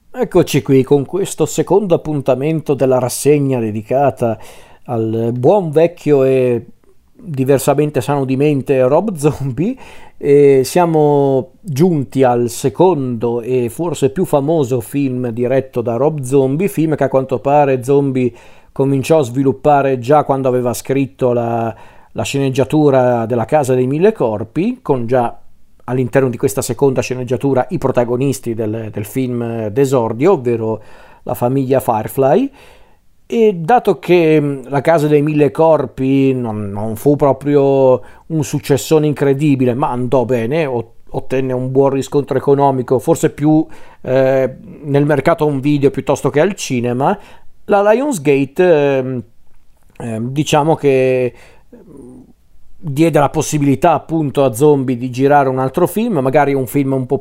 Eccoci qui con questo secondo appuntamento della rassegna dedicata al buon vecchio e diversamente sano di mente Rob Zombie, e siamo giunti al secondo e forse più famoso film diretto da Rob Zombie, film che a quanto pare Zombie cominciò a sviluppare già quando aveva scritto la sceneggiatura della Casa dei Mille Corpi, con già all'interno di questa seconda sceneggiatura i protagonisti del film d'esordio, ovvero la famiglia Firefly. E dato che la Casa dei Mille Corpi non fu proprio un successone incredibile, ma andò bene, ottenne un buon riscontro economico, forse più nel mercato home video piuttosto che al cinema, la Lionsgate diciamo che diede la possibilità appunto a Zombie di girare un altro film, magari un film un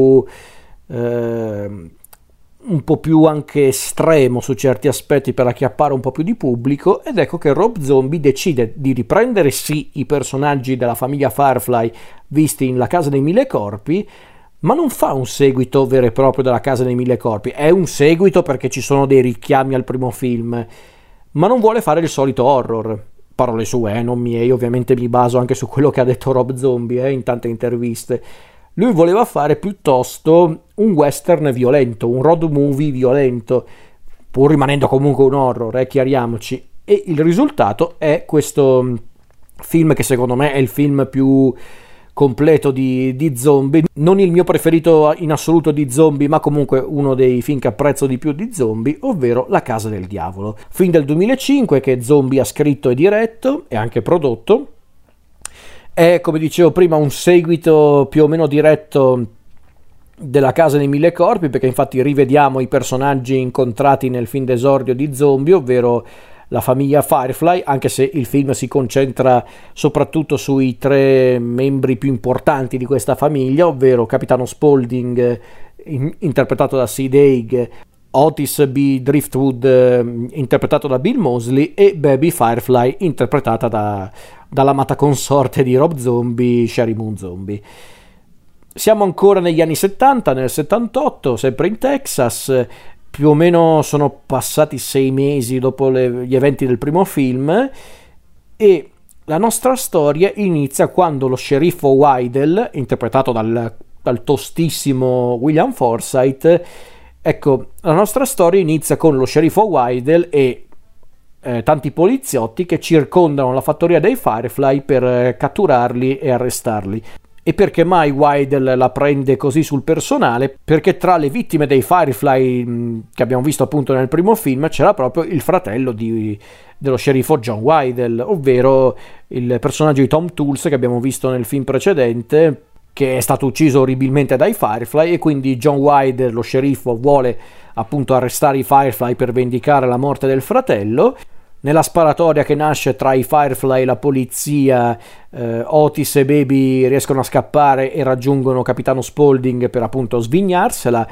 po' più anche estremo su certi aspetti per acchiappare un po' più di pubblico, ed ecco che Rob Zombie decide di riprendere sì i personaggi della famiglia Firefly visti in La Casa dei Mille Corpi, ma non fa un seguito vero e proprio della Casa dei Mille Corpi. È un seguito perché ci sono dei richiami al primo film, ma non vuole fare il solito horror. Parole sue, non miei, ovviamente mi baso anche su quello che ha detto Rob Zombie in tante interviste. Lui voleva fare piuttosto un western violento, un road movie violento, pur rimanendo comunque un horror, chiariamoci. E il risultato è questo film che secondo me è il film più completo di Zombie, non il mio preferito in assoluto di Zombie, ma comunque uno dei film che apprezzo di più di Zombie, ovvero La Casa del Diavolo, film del 2005 che Zombie ha scritto e diretto e anche prodotto. È, come dicevo prima, un seguito più o meno diretto della Casa dei Mille Corpi, perché infatti rivediamo i personaggi incontrati nel film d'esordio di Zombie, ovvero la famiglia Firefly, anche se il film si concentra soprattutto sui tre membri più importanti di questa famiglia, ovvero Capitano Spaulding, interpretato da Sid Haig, Otis B. Driftwood, interpretato da Bill Moseley, e Baby Firefly, interpretata dall'amata consorte di Rob Zombie, Sheri Moon Zombie. Siamo ancora negli anni 70, nel 78, sempre in Texas. Più o meno sono passati 6 mesi dopo gli eventi del primo film, e la nostra storia inizia quando lo sceriffo Wydell, interpretato dal tostissimo William Forsythe, ecco, la nostra storia inizia con lo sceriffo Wydell e tanti poliziotti che circondano la fattoria dei Firefly per catturarli e arrestarli. E perché mai Wydell la prende così sul personale? Perché tra le vittime dei Firefly che abbiamo visto appunto nel primo film c'era proprio il fratello dello sceriffo John Wydell, ovvero il personaggio di Tom Tools che abbiamo visto nel film precedente, che è stato ucciso orribilmente dai Firefly, e quindi John Wydell, lo sceriffo, vuole appunto arrestare i Firefly per vendicare la morte del fratello. Nella sparatoria che nasce tra i Firefly e la polizia, Otis e Baby riescono a scappare e raggiungono Capitano Spaulding per appunto svignarsela.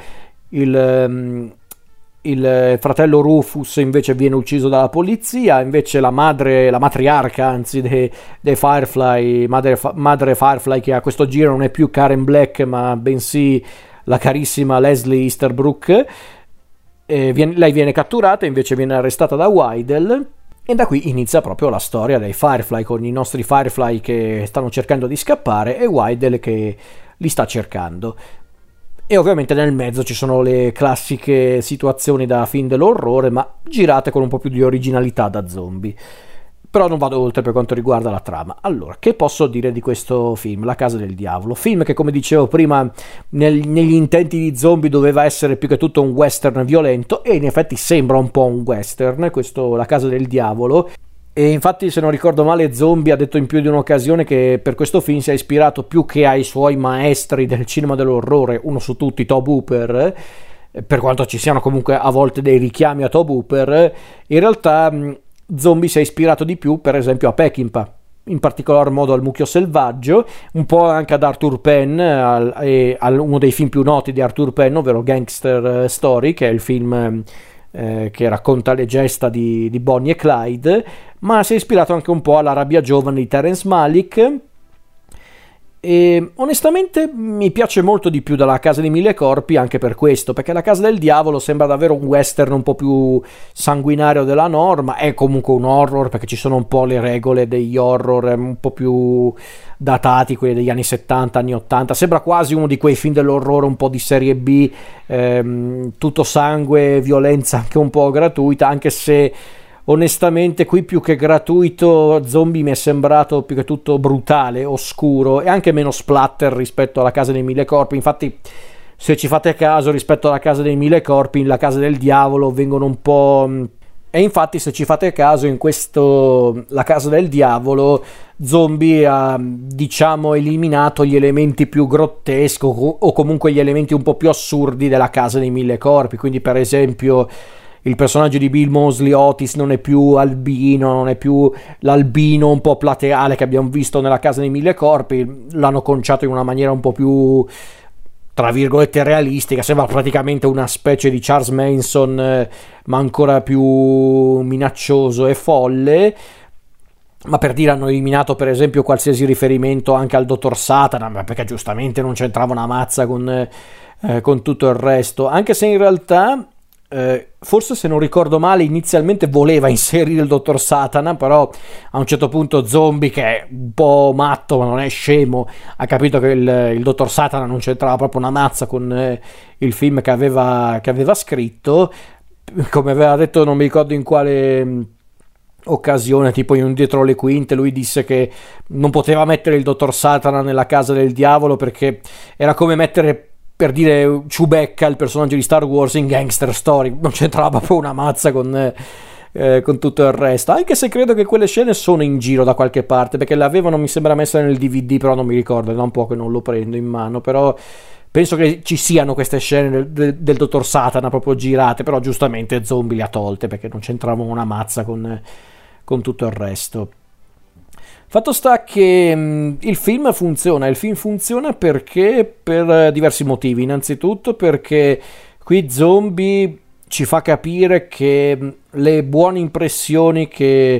Il fratello Rufus invece viene ucciso dalla polizia, invece la matriarca anzi dei Firefly, madre Firefly, che a questo giro non è più Karen Black ma bensì la carissima Leslie Easterbrook, lei viene catturata, invece viene arrestata da Wydell. E da qui inizia proprio la storia dei Firefly, con i nostri Firefly che stanno cercando di scappare e Wydell che li sta cercando. E ovviamente nel mezzo ci sono le classiche situazioni da film dell'orrore, ma girate con un po' più di originalità da Zombie. Però non vado oltre per quanto riguarda la trama. Allora, che posso dire di questo film, La Casa del Diavolo? Film che, come dicevo prima, negli intenti di Zombie doveva essere più che tutto un western violento, e in effetti sembra un po' un western, questo La Casa del Diavolo. E infatti, se non ricordo male, Zombie ha detto in più di un'occasione che per questo film si è ispirato più che ai suoi maestri del cinema dell'orrore, uno su tutti, Tobe Hooper, per quanto ci siano comunque a volte dei richiami a Tobe Hooper. In realtà Zombie si è ispirato di più per esempio a Peckinpah, in particolar modo al Mucchio Selvaggio, un po' anche ad Arthur Penn, e a uno dei film più noti di Arthur Penn, ovvero Gangster Story, che è il film che racconta le gesta di Bonnie e Clyde, ma si è ispirato anche un po' alla Rabbia giovane di Terrence Malick, E onestamente mi piace molto di più della Casa dei Mille Corpi anche per questo, perché La Casa del Diavolo sembra davvero un western un po' più sanguinario della norma, è comunque un horror perché ci sono un po' le regole degli horror un po' più datati, quelli degli anni 70, anni 80, sembra quasi uno di quei film dell'orrore un po' di serie B, tutto sangue, violenza anche un po' gratuita, anche se onestamente qui più che gratuito Zombie mi è sembrato più che tutto brutale, oscuro e anche meno splatter rispetto alla Casa dei Mille Corpi. Infatti, se ci fate caso, rispetto alla Casa dei Mille Corpi, in La Casa del Diavolo vengono un po'... E infatti, se ci fate caso, in questo La Casa del Diavolo Zombie ha, diciamo, eliminato gli elementi più grotteschi o comunque gli elementi un po' più assurdi della Casa dei Mille Corpi. Quindi, per esempio, il personaggio di Bill Moseley Otis non è più albino, non è più l'albino un po' plateale che abbiamo visto nella Casa dei Mille Corpi, l'hanno conciato in una maniera un po' più, tra virgolette, realistica, sembra praticamente una specie di Charles Manson, ma ancora più minaccioso e folle. Ma per dire, hanno eliminato per esempio qualsiasi riferimento anche al dottor Satana, perché giustamente non c'entrava una mazza con tutto il resto, anche se in realtà... forse, se non ricordo male, inizialmente voleva inserire il dottor Satana, però a un certo punto Zombie, che è un po' matto ma non è scemo, ha capito che il dottor Satana non c'entrava proprio una mazza con il film che aveva scritto. Come aveva detto, non mi ricordo in quale occasione, tipo in un dietro le quinte, lui disse che non poteva mettere il dottor Satana nella Casa del Diavolo perché era come mettere, per dire, Chewbacca, il personaggio di Star Wars, in Gangster Story, non c'entrava proprio una mazza con tutto il resto, anche se credo che quelle scene sono in giro da qualche parte, perché le avevano, mi sembra, messe nel DVD, però non mi ricordo, è da un po' che non lo prendo in mano, però penso che ci siano queste scene del dottor Satana proprio girate, però giustamente Zombie le ha tolte perché non c'entravano una mazza con tutto il resto. Fatto sta che il film funziona perché per diversi motivi. Innanzitutto perché qui Zombie ci fa capire che le buone impressioni che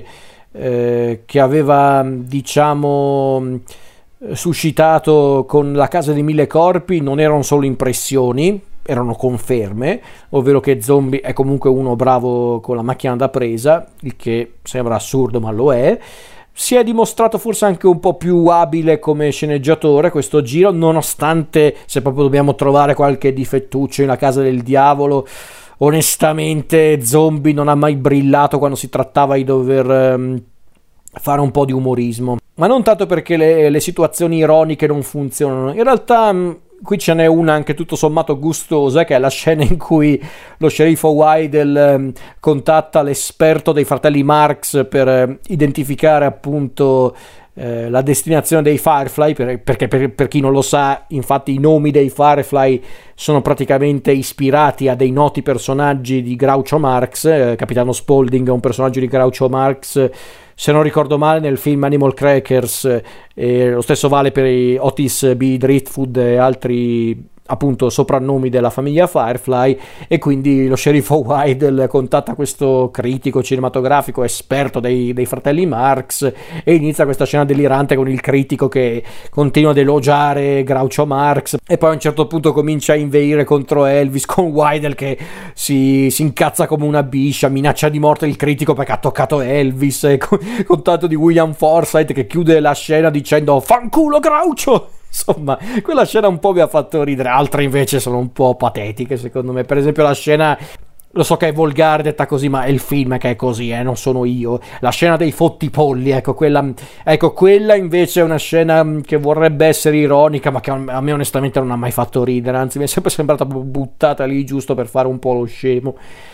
aveva, diciamo, suscitato con La Casa dei Mille Corpi non erano solo impressioni, erano conferme, ovvero che Zombie è comunque uno bravo con la macchina da presa, il che sembra assurdo ma lo è. Si è dimostrato forse anche un po' più abile come sceneggiatore questo giro, nonostante, se proprio dobbiamo trovare qualche difettuccio in La Casa del Diavolo, onestamente Zombie non ha mai brillato quando si trattava di dover fare un po' di umorismo, ma non tanto perché le situazioni ironiche non funzionano. In realtà qui ce n'è una anche tutto sommato gustosa, che è la scena in cui lo sceriffo Wydell contatta l'esperto dei fratelli Marx per identificare appunto la destinazione dei Firefly, perché per chi non lo sa, infatti i nomi dei Firefly sono praticamente ispirati a dei noti personaggi di Groucho Marx. Capitano Spaulding è un personaggio di Groucho Marx, se non ricordo male, nel film Animal Crackers, lo stesso vale per Otis B. Driftwood e altri appunto soprannomi della famiglia Firefly, e quindi lo sceriffo Wydell contatta questo critico cinematografico esperto dei fratelli Marx e inizia questa scena delirante con il critico che continua ad elogiare Groucho Marx, e poi a un certo punto comincia a inveire contro Elvis, con Wydell che si incazza come una biscia, minaccia di morte il critico perché ha toccato Elvis, e con tanto di William Forsythe che chiude la scena dicendo "fanculo Groucho". Insomma, quella scena un po' mi ha fatto ridere, altre invece sono un po' patetiche secondo me. Per esempio la scena, lo so che è volgare detta così, ma è il film che è così, non sono io. La scena dei fottipolli, ecco quella invece è una scena che vorrebbe essere ironica, ma che a me onestamente non ha mai fatto ridere, anzi mi è sempre sembrata buttata lì giusto per fare un po' lo scemo.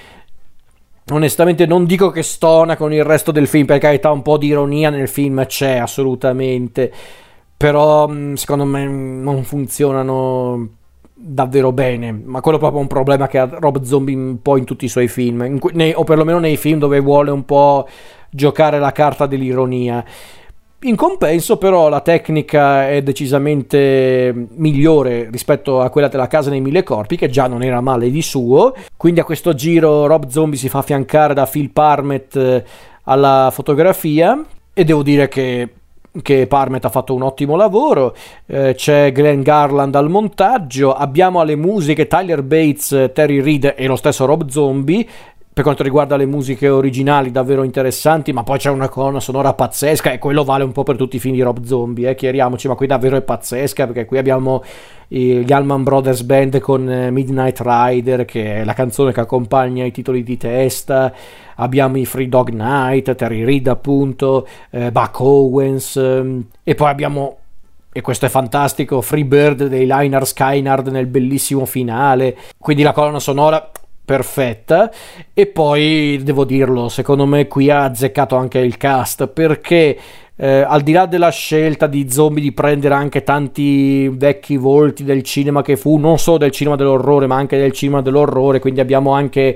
Onestamente non dico che stona con il resto del film, per carità un po' di ironia nel film c'è assolutamente, però secondo me non funzionano davvero bene, ma quello è proprio un problema che ha Rob Zombie un po' in tutti i suoi film, o perlomeno nei film dove vuole un po' giocare la carta dell'ironia. In compenso però la tecnica è decisamente migliore rispetto a quella della Casa dei Mille Corpi, che già non era male di suo, quindi a questo giro Rob Zombie si fa affiancare da Phil Parmet alla fotografia, e devo dire che che Parmet ha fatto un ottimo lavoro, c'è Glenn Garland al montaggio, abbiamo alle musiche Tyler Bates, Terry Reid e lo stesso Rob Zombie. Per quanto riguarda le musiche originali davvero interessanti, ma poi c'è una colonna sonora pazzesca e quello vale un po' per tutti i film di Rob Zombie, chiariamoci, ma qui davvero è pazzesca, perché qui abbiamo gli Allman Brothers Band con Midnight Rider, che è la canzone che accompagna i titoli di testa, abbiamo i Free Dog Night, Terry Reid appunto, Buck Owens, e poi abbiamo, e questo è fantastico, Free Bird dei Lynyrd Skynyrd nel bellissimo finale, quindi la colonna sonora perfetta. E poi devo dirlo, secondo me qui ha azzeccato anche il cast, perché al di là della scelta di Zombie di prendere anche tanti vecchi volti del cinema che fu, non solo del cinema dell'orrore ma anche del cinema dell'orrore, quindi abbiamo anche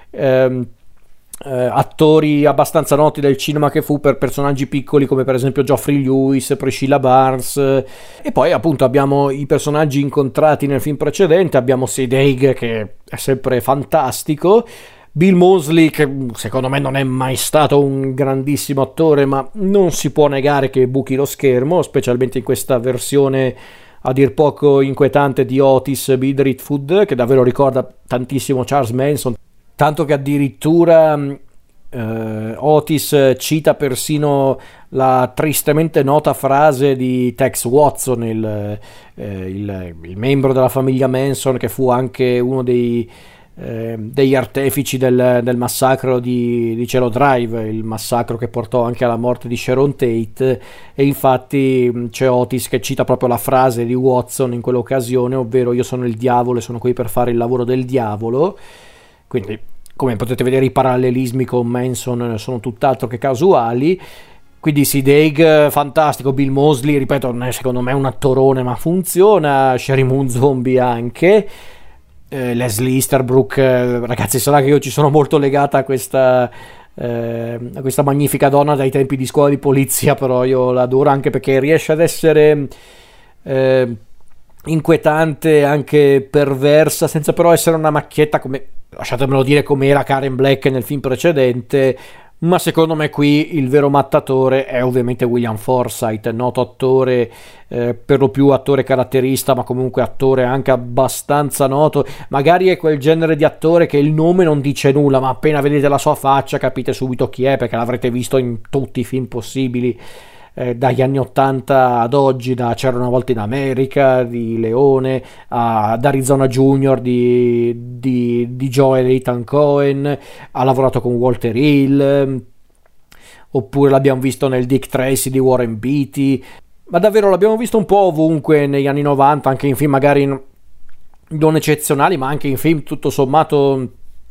attori abbastanza noti del cinema che fu per personaggi piccoli come per esempio Geoffrey Lewis, Priscilla Barnes, e poi appunto abbiamo i personaggi incontrati nel film precedente, abbiamo Sid Haig che è sempre fantastico, Bill Moseley che secondo me non è mai stato un grandissimo attore ma non si può negare che buchi lo schermo, specialmente in questa versione a dir poco inquietante di Otis Bidritfood, che davvero ricorda tantissimo Charles Manson, tanto che addirittura Otis cita persino la tristemente nota frase di Tex Watson, il membro della famiglia Manson, che fu anche uno degli artefici del massacro di Cielo Drive, il massacro che portò anche alla morte di Sharon Tate. E infatti c'è Otis che cita proprio la frase di Watson in quell'occasione, ovvero io sono il diavolo e sono qui per fare il lavoro del diavolo. Quindi, come potete vedere, i parallelismi con Manson sono tutt'altro che casuali. Quindi Sid Haig fantastico, Bill Moseley, ripeto, non è secondo me un attorone ma funziona, Sheri Moon Zombie anche, Leslie Easterbrook, ragazzi, sarà che io ci sono molto legata a questa magnifica donna dai tempi di scuola di polizia, però io l'adoro anche perché riesce ad essere inquietante, anche perversa, senza però essere una macchietta, come, lasciatemelo dire, come era Karen Black nel film precedente. Ma secondo me qui il vero mattatore è ovviamente William Forsythe, noto attore, per lo più attore caratterista, ma comunque attore anche abbastanza noto. Magari è quel genere di attore che il nome non dice nulla, ma appena vedete la sua faccia capite subito chi è, perché l'avrete visto in tutti i film possibili, dagli anni 80 ad oggi, da C'era una volta in America di Leone, ad Arizona Junior di Joel Ethan Cohen, ha lavorato con Walter Hill, oppure l'abbiamo visto nel Dick Tracy di Warren Beatty, ma davvero l'abbiamo visto un po' ovunque negli anni 90, anche in film magari non eccezionali, ma anche in film tutto sommato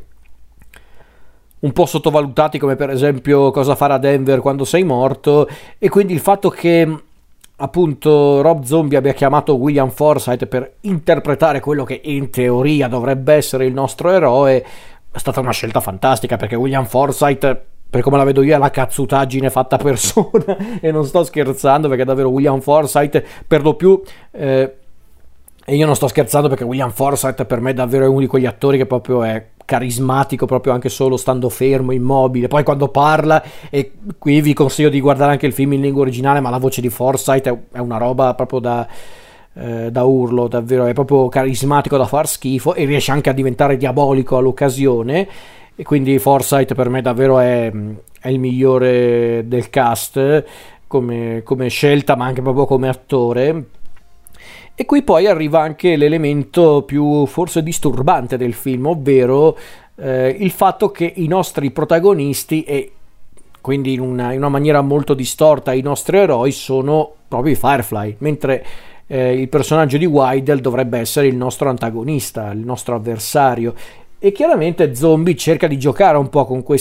un po' sottovalutati, come per esempio Cosa fare a Denver quando sei morto. E quindi il fatto che appunto Rob Zombie abbia chiamato William Forsythe per interpretare quello che in teoria dovrebbe essere il nostro eroe è stata una scelta fantastica, perché William Forsythe, per come la vedo io, è la cazzutaggine fatta persona e non sto scherzando, perché davvero William Forsythe per lo più e io non sto scherzando, perché William Forsythe per me davvero è uno di quegli attori che proprio è carismatico, proprio anche solo stando fermo, immobile. Poi quando parla, e qui vi consiglio di guardare anche il film in lingua originale, ma la voce di Forsythe è una roba proprio da urlo, davvero è proprio carismatico da far schifo, e riesce anche a diventare diabolico all'occasione. E quindi Forsythe per me davvero è il migliore del cast come scelta, ma anche proprio come attore. E qui poi arriva anche l'elemento più forse disturbante del film, ovvero il fatto che i nostri protagonisti, e quindi in una maniera molto distorta i nostri eroi, sono proprio i Firefly, mentre il personaggio di Wydell dovrebbe essere il nostro antagonista, il nostro avversario. E chiaramente Zombie cerca di giocare un po' con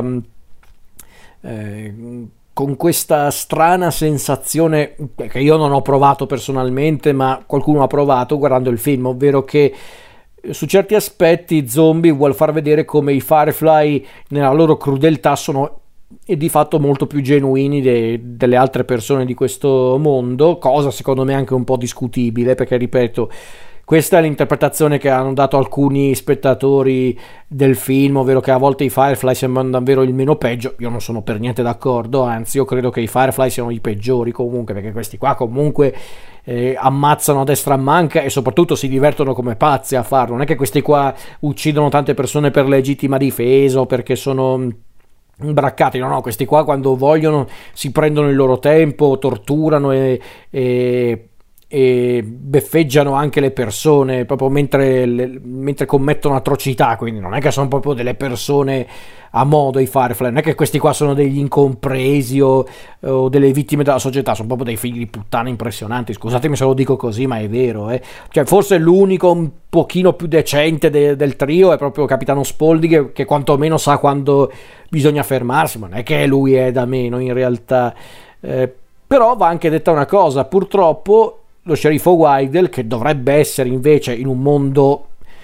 questa strana sensazione che io non ho provato personalmente, ma qualcuno ha provato guardando il film, ovvero che su certi aspetti Zombie vuol far vedere come i Firefly nella loro crudeltà sono di fatto molto più genuini delle altre persone di questo mondo, cosa secondo me anche un po' discutibile, perché ripeto, Questa è l'interpretazione che hanno dato alcuni spettatori del film, ovvero che a volte i Firefly sembrano davvero il meno peggio. Io non sono per niente d'accordo, anzi io credo che i Firefly siano i peggiori comunque, perché questi qua comunque ammazzano a destra e a manca e soprattutto si divertono come pazzi a farlo. Non è che questi qua uccidono tante persone per legittima difesa o perché sono imbraccati, no, questi qua quando vogliono si prendono il loro tempo, torturano e beffeggiano anche le persone proprio mentre commettono atrocità, quindi non è che sono proprio delle persone a modo i Firefly, non è che questi qua sono degli incompresi o delle vittime della società, sono proprio dei figli di puttana impressionanti, scusatemi se lo dico così ma è vero, cioè forse l'unico un pochino più decente del trio è proprio Capitano Spaulding che quantomeno sa quando bisogna fermarsi, ma non è che lui è da meno in realtà, però va anche detta una cosa, purtroppo lo sceriffo Wydell, che dovrebbe essere invece in un mondo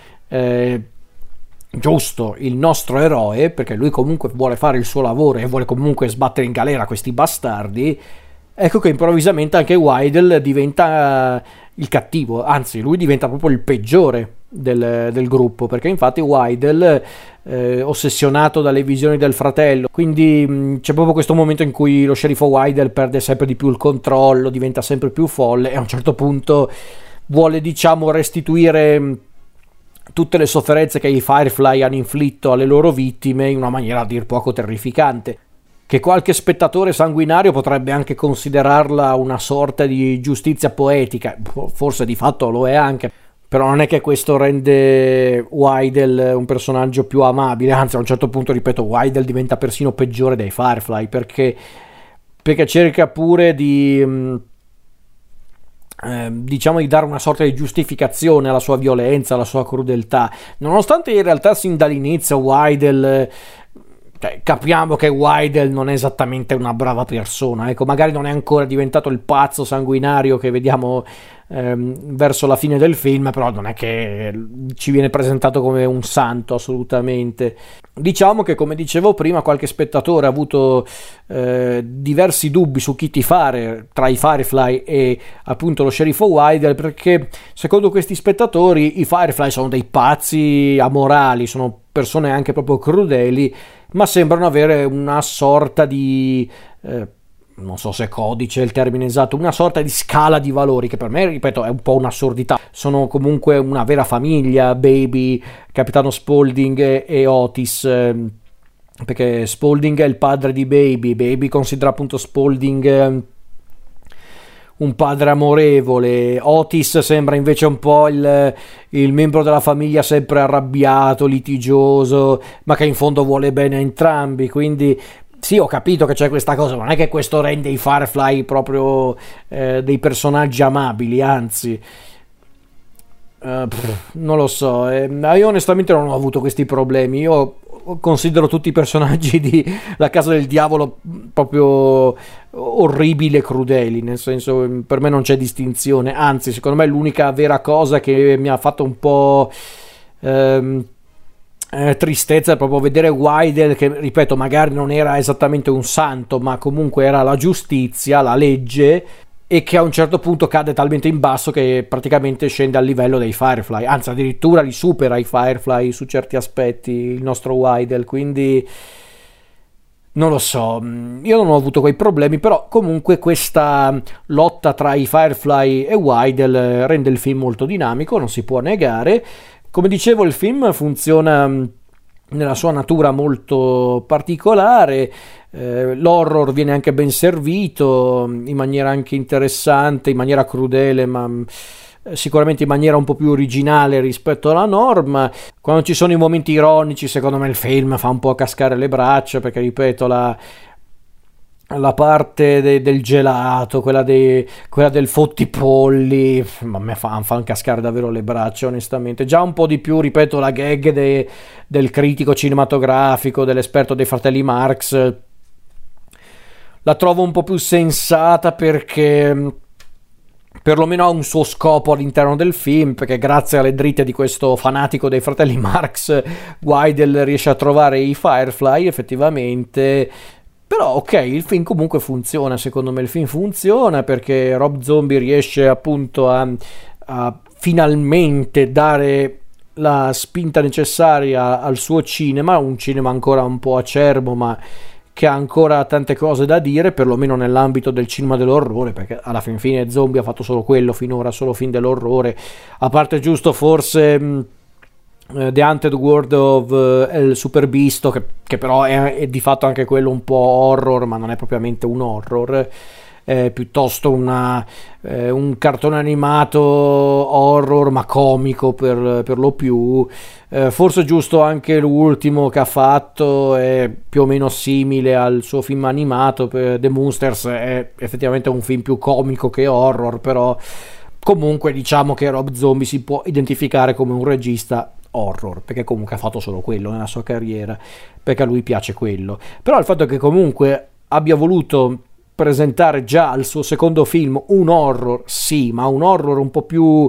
giusto il nostro eroe, perché lui comunque vuole fare il suo lavoro e vuole comunque sbattere in galera questi bastardi, ecco che improvvisamente anche Wydell diventa il cattivo, anzi lui diventa proprio il peggiore del gruppo, perché infatti Wydell ossessionato dalle visioni del fratello, quindi c'è proprio questo momento in cui lo sceriffo Wydell perde sempre di più il controllo, diventa sempre più folle e a un certo punto vuole diciamo restituire tutte le sofferenze che i Firefly hanno inflitto alle loro vittime in una maniera a dir poco terrificante, che qualche spettatore sanguinario potrebbe anche considerarla una sorta di giustizia poetica, forse di fatto lo è anche, però non è che questo rende Wydell un personaggio più amabile, anzi a un certo punto, ripeto, Wydell diventa persino peggiore dei Firefly, perché cerca pure di diciamo di dare una sorta di giustificazione alla sua violenza, alla sua crudeltà, nonostante in realtà sin dall'inizio Wydell capiamo che Wydell non è esattamente una brava persona, ecco, magari non è ancora diventato il pazzo sanguinario che vediamo verso la fine del film, però non è che ci viene presentato come un santo assolutamente. Diciamo che, come dicevo prima, qualche spettatore ha avuto diversi dubbi su chi tifare tra i Firefly e appunto lo sceriffo Wydell, perché secondo questi spettatori i Firefly sono dei pazzi amorali, sono persone anche proprio crudeli, ma sembrano avere una sorta di non so se codice è il termine esatto, una sorta di scala di valori che per me, ripeto, è un po' un'assurdità. Sono comunque una vera famiglia, Baby, Capitano Spaulding e Otis, perché Spaulding è il padre di Baby considera appunto Spaulding un padre amorevole, Otis sembra invece un po' il membro della famiglia sempre arrabbiato, litigioso, ma che in fondo vuole bene a entrambi, quindi sì, ho capito che c'è questa cosa, ma non è che questo rende i Firefly proprio dei personaggi amabili, anzi non lo so, io onestamente non ho avuto questi problemi, io considero tutti i personaggi di La Casa del Diavolo proprio orribili e crudeli, nel senso, per me non c'è distinzione, anzi secondo me l'unica vera cosa che mi ha fatto un po' tristezza è proprio vedere Wydell che, ripeto, magari non era esattamente un santo, ma comunque era la giustizia, la legge, e che a un certo punto cade talmente in basso che praticamente scende al livello dei Firefly, anzi addirittura li supera i Firefly su certi aspetti il nostro Wydell, quindi non lo so, io non ho avuto quei problemi, però comunque questa lotta tra i Firefly e Wydell rende il film molto dinamico, non si può negare. Come dicevo, il film funziona nella sua natura molto particolare, l'horror viene anche ben servito in maniera anche interessante, in maniera crudele, ma sicuramente in maniera un po' più originale rispetto alla norma. Quando ci sono i momenti ironici, secondo me il film fa un po' cascare le braccia, perché ripeto, la parte del gelato, quella del fottipolli, a me fanno cascare davvero le braccia, onestamente. Già un po' di più, ripeto, la gag del critico cinematografico, dell'esperto dei fratelli Marx, la trovo un po' più sensata, perché perlomeno ha un suo scopo all'interno del film, perché grazie alle dritte di questo fanatico dei fratelli Marx Wydell riesce a trovare i Firefly effettivamente. Però ok, il film comunque funziona, secondo me il film funziona perché Rob Zombie riesce appunto a finalmente dare la spinta necessaria al suo cinema, un cinema ancora un po' acerbo, ma che ha ancora tante cose da dire, perlomeno nell'ambito del cinema dell'orrore, perché alla fin fine Zombie ha fatto solo quello finora, solo film dell'orrore, a parte giusto forse The Hunted World of El Super Beast, che però è di fatto anche quello un po' horror, ma non è propriamente un horror, è piuttosto un cartone animato horror ma comico per lo più. Forse giusto anche l'ultimo che ha fatto è più o meno simile al suo film animato, The Monsters è effettivamente un film più comico che horror, però comunque diciamo che Rob Zombie si può identificare come un regista horror, perché comunque ha fatto solo quello nella sua carriera, perché a lui piace quello. Però il fatto che comunque abbia voluto presentare già al suo secondo film un horror, sì, ma un horror un po' più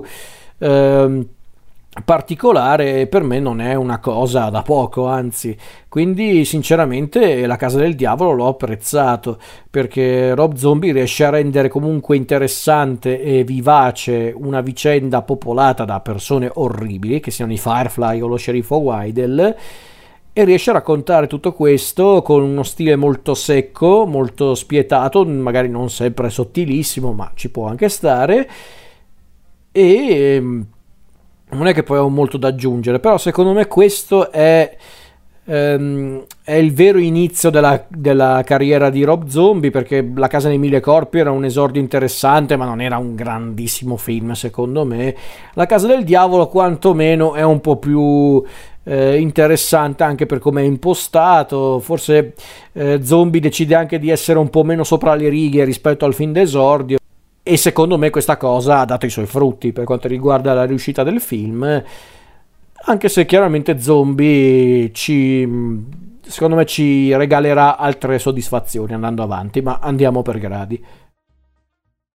particolare, per me non è una cosa da poco, anzi. Quindi sinceramente La Casa del Diavolo l'ho apprezzato, perché Rob Zombie riesce a rendere comunque interessante e vivace una vicenda popolata da persone orribili, che siano i Firefly o lo sceriffo Wydell, e riesce a raccontare tutto questo con uno stile molto secco, molto spietato, magari non sempre sottilissimo, ma ci può anche stare, e non è che poi ho molto da aggiungere, però secondo me questo è il vero inizio della carriera di Rob Zombie, perché La Casa dei Mille Corpi era un esordio interessante, ma non era un grandissimo film secondo me. La Casa del Diavolo quantomeno è un po' più interessante anche per come è impostato. Forse Zombie decide anche di essere un po' meno sopra le righe rispetto al film d'esordio, e secondo me questa cosa ha dato i suoi frutti per quanto riguarda la riuscita del film, anche se chiaramente Zombie secondo me ci regalerà altre soddisfazioni andando avanti, ma andiamo per gradi.